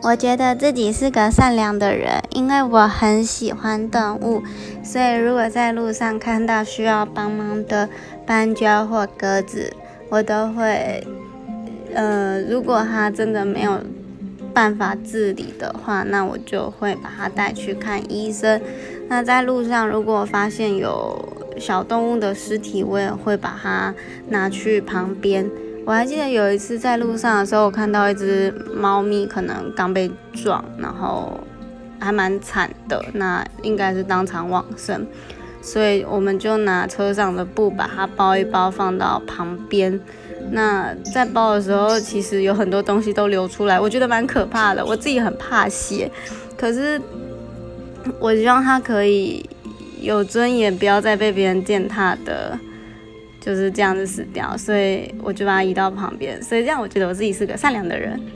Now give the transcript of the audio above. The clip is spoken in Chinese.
我觉得自己是个善良的人，因为我很喜欢动物，所以如果在路上看到需要帮忙的斑鸠或鸽子，我都会，如果它真的没有办法自理的话，那我就会把它带去看医生。那在路上如果发现有小动物的尸体，我也会把它拿去旁边。我还记得有一次在路上的时候，我看到一只猫咪可能刚被撞，然后还蛮惨的，那应该是当场往生，所以我们就拿车上的布把它包一包放到旁边。那在包的时候，其实有很多东西都流出来，我觉得蛮可怕的，我自己很怕血，可是我希望它可以有尊严，不要再被别人践踏的就是这样子死掉，所以我就把它移到旁边，所以这样我觉得我自己是个善良的人。